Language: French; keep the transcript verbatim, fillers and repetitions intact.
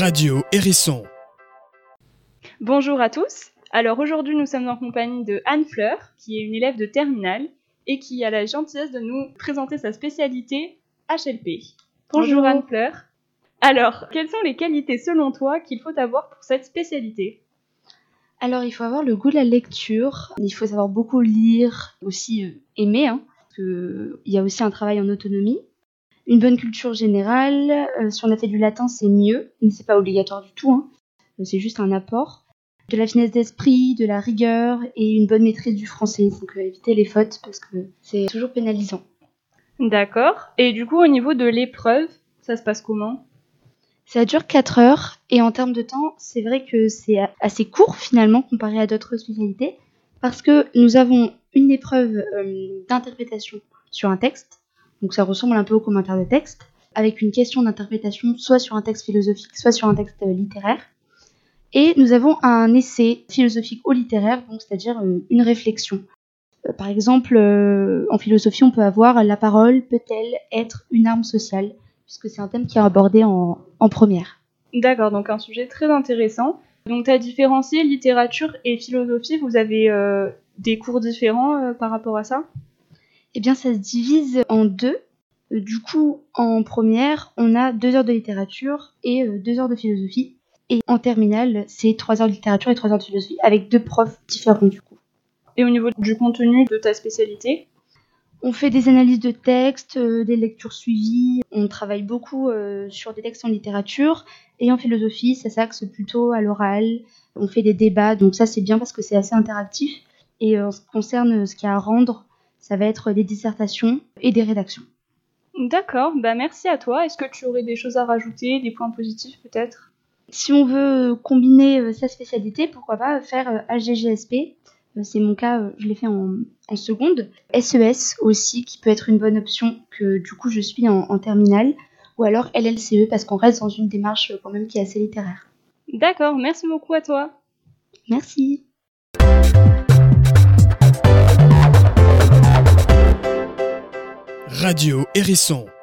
Radio Hérisson. Bonjour à tous. Alors aujourd'hui, nous sommes en compagnie de Anne Fleur, qui est une élève de terminale et qui a la gentillesse de nous présenter sa spécialité H L P. Bonjour, Bonjour Anne Fleur. Alors, quelles sont les qualités selon toi qu'il faut avoir pour cette spécialité ? Alors, il faut avoir le goût de la lecture, il faut savoir beaucoup lire, aussi euh, aimer, hein, parce qu'il y a aussi un travail en autonomie. Une bonne culture générale, euh, si on a fait du latin, c'est mieux, mais c'est pas obligatoire du tout, hein. C'est juste un apport. De la finesse d'esprit, de la rigueur et une bonne maîtrise du français, donc euh, éviter les fautes parce que c'est toujours pénalisant. D'accord. Et du coup, au niveau de l'épreuve, ça se passe comment ? Ça dure quatre heures et en termes de temps, c'est vrai que c'est assez court finalement comparé à d'autres spécialités parce que nous avons une épreuve euh, d'interprétation sur un texte. Donc ça ressemble un peu au commentaire de texte, avec une question d'interprétation soit sur un texte philosophique, soit sur un texte euh, littéraire. Et nous avons un essai philosophique ou littéraire, donc c'est-à-dire euh, une réflexion. Euh, par exemple, euh, en philosophie, on peut avoir « La parole peut-elle être une arme sociale ?» puisque c'est un thème qui est abordé en, en première. D'accord, donc un sujet très intéressant. Donc tu as différencié littérature et philosophie, vous avez euh, des cours différents euh, par rapport à ça ? Eh bien, ça se divise en deux. Euh, du coup, en première, on a deux heures de littérature et euh, deux heures de philosophie. Et en terminale, c'est trois heures de littérature et trois heures de philosophie, avec deux profs différents du coup. Et au niveau du contenu de ta spécialité ? On fait des analyses de textes, euh, des lectures suivies. On travaille beaucoup euh, sur des textes en littérature. Et en philosophie, ça s'axe plutôt à l'oral. On fait des débats, donc ça c'est bien parce que c'est assez interactif. Et euh, en ce qui concerne ce qu'il y a à rendre, ça va être des dissertations et des rédactions. D'accord, bah merci à toi. Est-ce que tu aurais des choses à rajouter, des points positifs peut-être ? Si on veut combiner euh, sa spécialité, pourquoi pas faire euh, H G G S P. Euh, c'est mon cas, euh, je l'ai fait en, en seconde. S E S aussi, qui peut être une bonne option, que du coup je suis en, en terminale. Ou alors L L C E, parce qu'on reste dans une démarche euh, quand même qui est assez littéraire. D'accord, merci beaucoup à toi. Merci. Radio Hérisson.